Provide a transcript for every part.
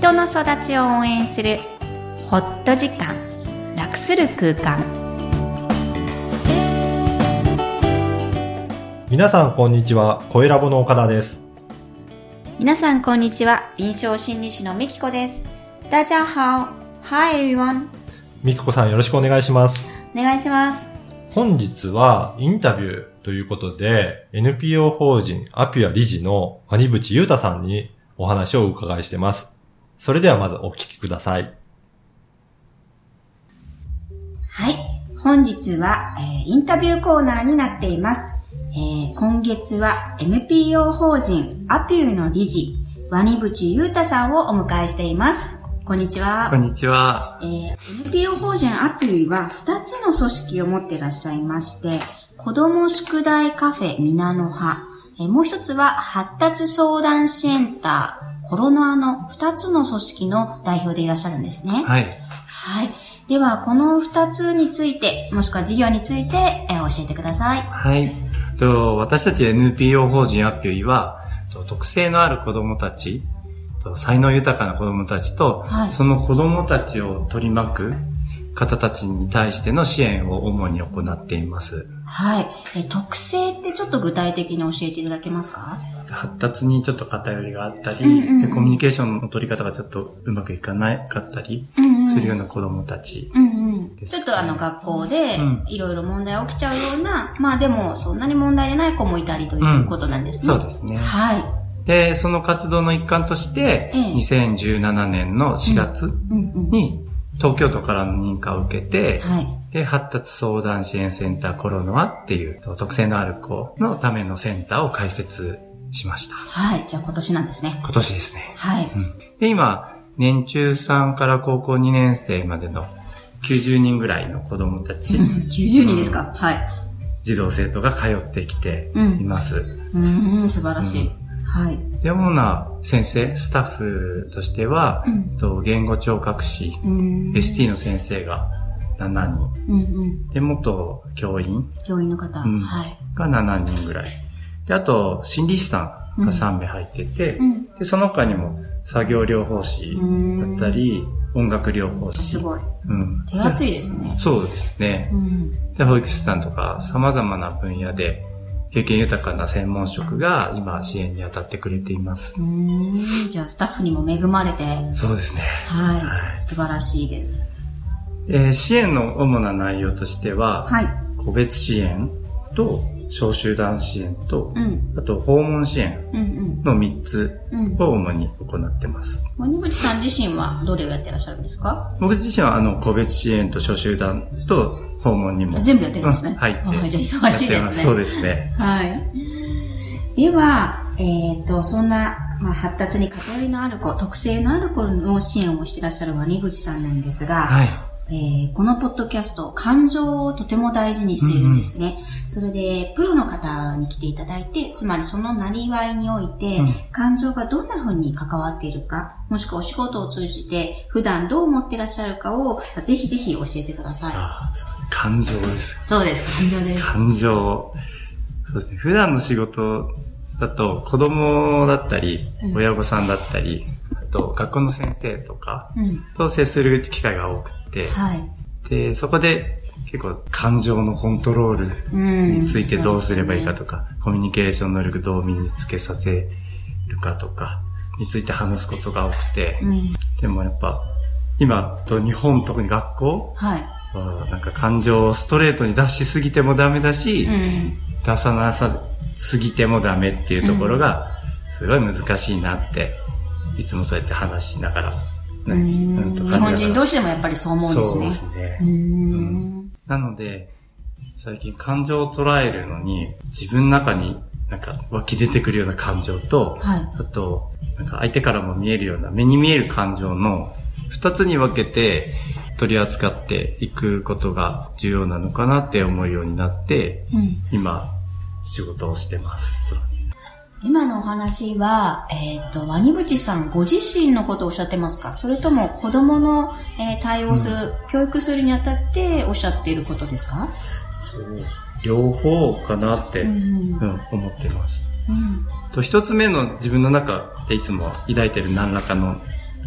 人の育ちを応援するホット時間、楽する空間。 皆さんこんにちは、声ラボの岡田です。 皆さんこんにちは、臨床心理士のみきこです。大家好。Hi everyone。 みきこさんよろしくお願いします。 お願いします。 本日はインタビューということで NPO 法人アピュア理事の鰐淵優太さんにお話をお伺いしてます。それではまずお聞きください。 はい。本日は、インタビューコーナーになっています。今月は NPO 法人アピューの理事、鰐淵優太さんをお迎えしています。こんにちは。 こんにちは。 NPO 法人アピューは2つの組織を持っていらっしゃいまして、子ども宿題カフェみなの葉、もう一つは発達相談支援ターコロノアの2つの組織の代表でいらっしゃるんですね。 はい。 はい。では、この2つについて、もしくは事業について、教えてください。 はい。私たち NPO 法人アピュイは、特性のある子どもたち、才能豊かな子どもたちと、はい、その子どもたちを取り巻く方たちに対しての支援を主に行っています。 はい。特性ってちょっと具体的に教えていただけますか？ 発達にちょっと偏りがあったり、でコミュニケーションの取り方がちょっとうまくいかなかったりするような子どもたち、 ちょっと学校でいろいろ問題起きちゃうような、まあでもそんなに問題でない子もいたりということなんですね。 そうですね。 はい。 で、その活動の一環として、2017年の4月に東京都からの認可を受けて、で、発達相談支援センターコロノアっていう特性のある子のためのセンターを開設しました。 はい。じゃあ今年なんですね。 今年ですね。 はい。 で、今、年中3から高校2年生までの90人ぐらいの子供たち。 90人ですか？はい。 児童生徒が通ってきています。 素晴らしい。はい。 で、主な先生、スタッフとしては、言語聴覚士、ST の先生が7人、で、元教員の方、はい、 が7人ぐらい。で、あと、心理師さんが3名入ってて、で、その他にも作業療法士だったり、音楽療法士。 すごい。手厚いですね。 そうですね。で、保育士さんとか様々な分野で、経験豊かな専門職が今支援に当たってくれています。 じゃあスタッフにも恵まれて。 そうですね。 はい。素晴らしいです。 支援の主な内容としては、個別支援と小集団支援と、あと訪問支援の3つを主に行っています。 鰐淵さん自身はどれをやってらっしゃるんですか？ 僕自身は個別支援と小集団と訪問にも全部やってるんですね。 はい。 じゃあ忙しいですね。 そうですね。 はい。では、そんな、発達に偏りのある子、特性のある子の支援をしていらっしゃる鰐淵さんなんですが、このポッドキャスト、感情をとても大事にしているんですね。それで、プロの方に来ていただいて、つまりそのなりわいにおいて、感情がどんな風に関わっているか、もしくはお仕事を通じて、普段どう思っていらっしゃるかを、ぜひぜひ教えてください。 感情です。 そうです、感情です。 感情。そうですね。普段の仕事だと、子供だったり、親御さんだったり、あと学校の先生とかと接する機会が多くて、で、そこで結構感情のコントロールについてどうすればいいかとか、コミュニケーション能力どう身につけさせるかとかについて話すことが多くて、でもやっぱ今日本特に学校、なんか感情をストレートに出しすぎてもダメだし、出さなさすぎてもダメっていうところがすごい難しいなっていつもそうやって話しながら日本人同士でもやっぱりそう思うんですね。 そうですね。なので最近感情を捉えるのに自分の中になんか湧き出てくるような感情と、あとなんか相手からも見えるような目に見える感情の2つに分けて取り扱っていくことが重要なのかなって思うようになって、今仕事をしてます。 今のお話は、鰐淵さんご自身のことをおっしゃってますか？それとも子供の、対応する、教育するにあたっておっしゃっていることですか？ そうです。両方かなって、思ってます。一つ目の自分の中でいつも抱いている何らかのなんか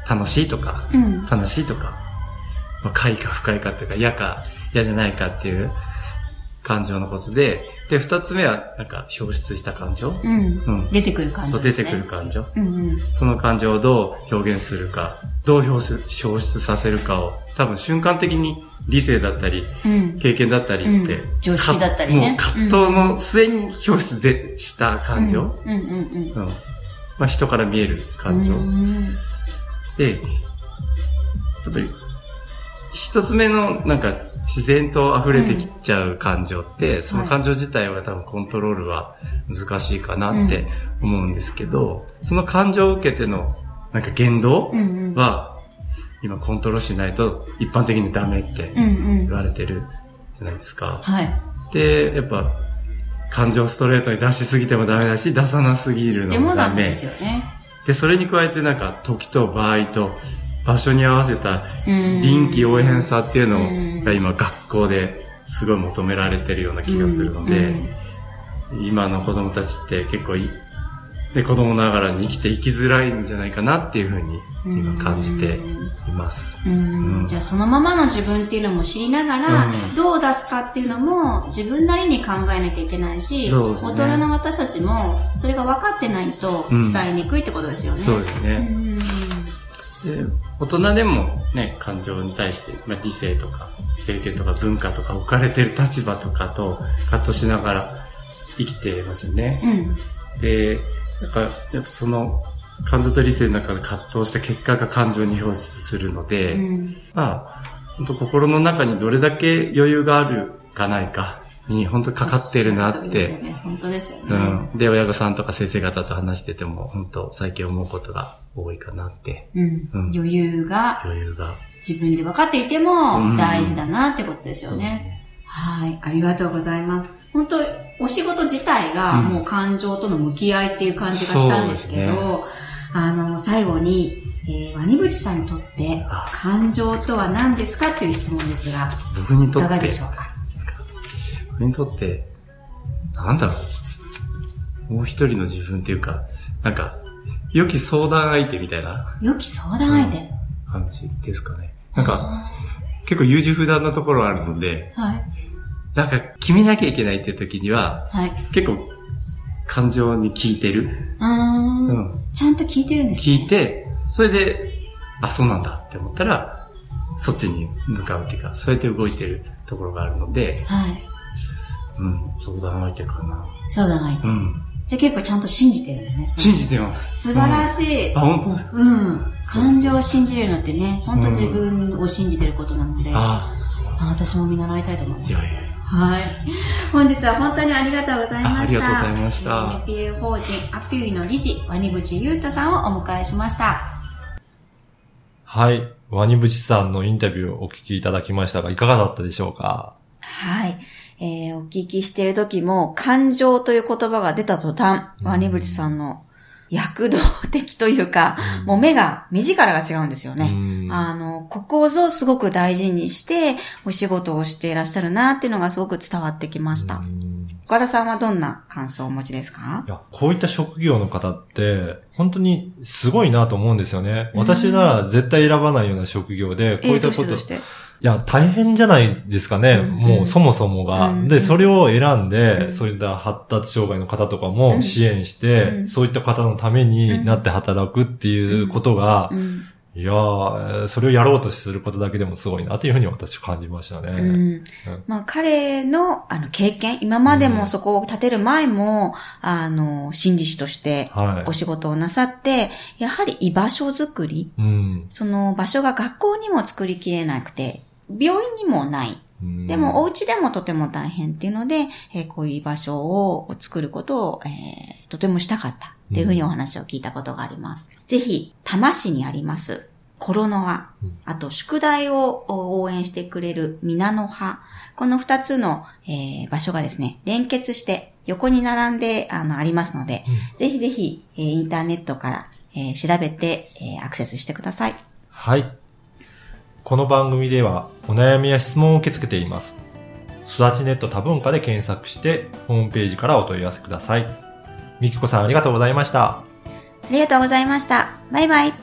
楽しいとか、悲しいとか、快か不快かっていうか、嫌か嫌じゃないかっていう感情のことで、で、二つ目は、なんか、表出した感情、 出てくる感情ですね。 そう、出てくる感情。その感情をどう表現するか、どう表出させるかを、多分瞬間的に理性だったり、経験だったりって、 常識だったりね。 もう葛藤の末に表出した感情。人から見える感情。で、やっぱり、一つ目のなんか自然と溢れてきちゃう感情って、その感情自体は多分コントロールは難しいかなって思うんですけど、その感情を受けてのなんか言動は今コントロールしないと一般的にダメって言われてるじゃないですか。で、やっぱ感情をストレートに出しすぎてもダメだし、出さなすぎるのもダメ。 でもダメですよね。 で、それに加えてなんか時と場合と場所に合わせた臨機応変さっていうのが今学校ですごい求められてるような気がするので、今の子供たちって結構子供ながらに生きていきづらいんじゃないかなっていうふうに今感じています。 じゃあそのままの自分っていうのも知りながら、どう出すかっていうのも自分なりに考えなきゃいけないし、大人の私たちもそれが分かってないと伝えにくいってことですよね。 そうですね。で、大人でもね、感情に対して、理性とか経験とか文化とか置かれてる立場とかと葛藤しながら生きてますよね。で、やっぱその感情と理性の中で葛藤した結果が感情に表出するので、本当心の中にどれだけ余裕があるかないかに本当かかってるなって。 本当ですよね。 で、親御さんとか先生方と話してても本当最近思うことが多いかなって。 余裕が自分で分かっていても大事だなってことですよね。はい、ありがとうございます。本当お仕事自体がもう感情との向き合いっていう感じがしたんですけど、最後に、ワニブチさんにとって感情とは何ですかっていう質問ですが、 僕にとっていかがでしょうか。 僕にとって、なんだろう。もう一人の自分っていうか、なんか、良き相談相手みたいな。 良き相談相手、 感じですかね。なんか、結構優柔不断なところあるので、なんか決めなきゃいけないっていう時には、結構感情に効いてる。 ちゃんと聞いてるんですね。 聞いて、それで、そうなんだって思ったら、そっちに向かうっていうか、そうやって動いてるところがあるので、相談相手かな。 相談相手。じゃあ結構ちゃんと信じてるんだね。 信じてます。 素晴らしい。 本当ですか？ 感情を信じれるのってね、本当自分を信じてることなので、私も見習いたいと思います。はい。本日は本当にありがとうございました。 ありがとうございました。 NPO 法人アピュイの理事、ワニブチユータさんをお迎えしました。 はい。ワニブチさんのインタビューをお聞きいただきましたが、いかがだったでしょうか？ はい。お聞きしている時も、感情という言葉が出た途端、ワニブチさんの躍動的というか、もう目が、目力が違うんですよね。ここぞすごく大事にして、お仕事をしていらっしゃるなっていうのがすごく伝わってきました。岡田さんはどんな感想をお持ちですか？ いや、こういった職業の方って、本当にすごいなと思うんですよね。私なら絶対選ばないような職業で、こういったこと。いや、大変じゃないですかね。もうそもそもが。で、それを選んで、そういった発達障害の方とかも支援して、そういった方のためになって働くっていうことが、いやー、それをやろうとすることだけでもすごいなというふうに私は感じましたね。 彼の、経験、今までもそこを立てる前も、心理師としてお仕事をなさって、やはり居場所づくり、その場所が学校にも作りきれなくて、病院にもない。でも、お家でもとても大変っていうので、こういう居場所を作ることを、とてもしたかったっていうふうにお話を聞いたことがあります。ぜひ、多摩市にあります、コロノア、あと、宿題を応援してくれるミナノハ、この2つの、場所がですね、連結して横に並んでありますので、ぜひぜひ、インターネットから、調べて、アクセスしてください。 はい。この番組ではお悩みや質問を受け付けています。育ちネット多文化で検索してホームページからお問い合わせください。みきこさんありがとうございました。 ありがとうございました。バイバイ。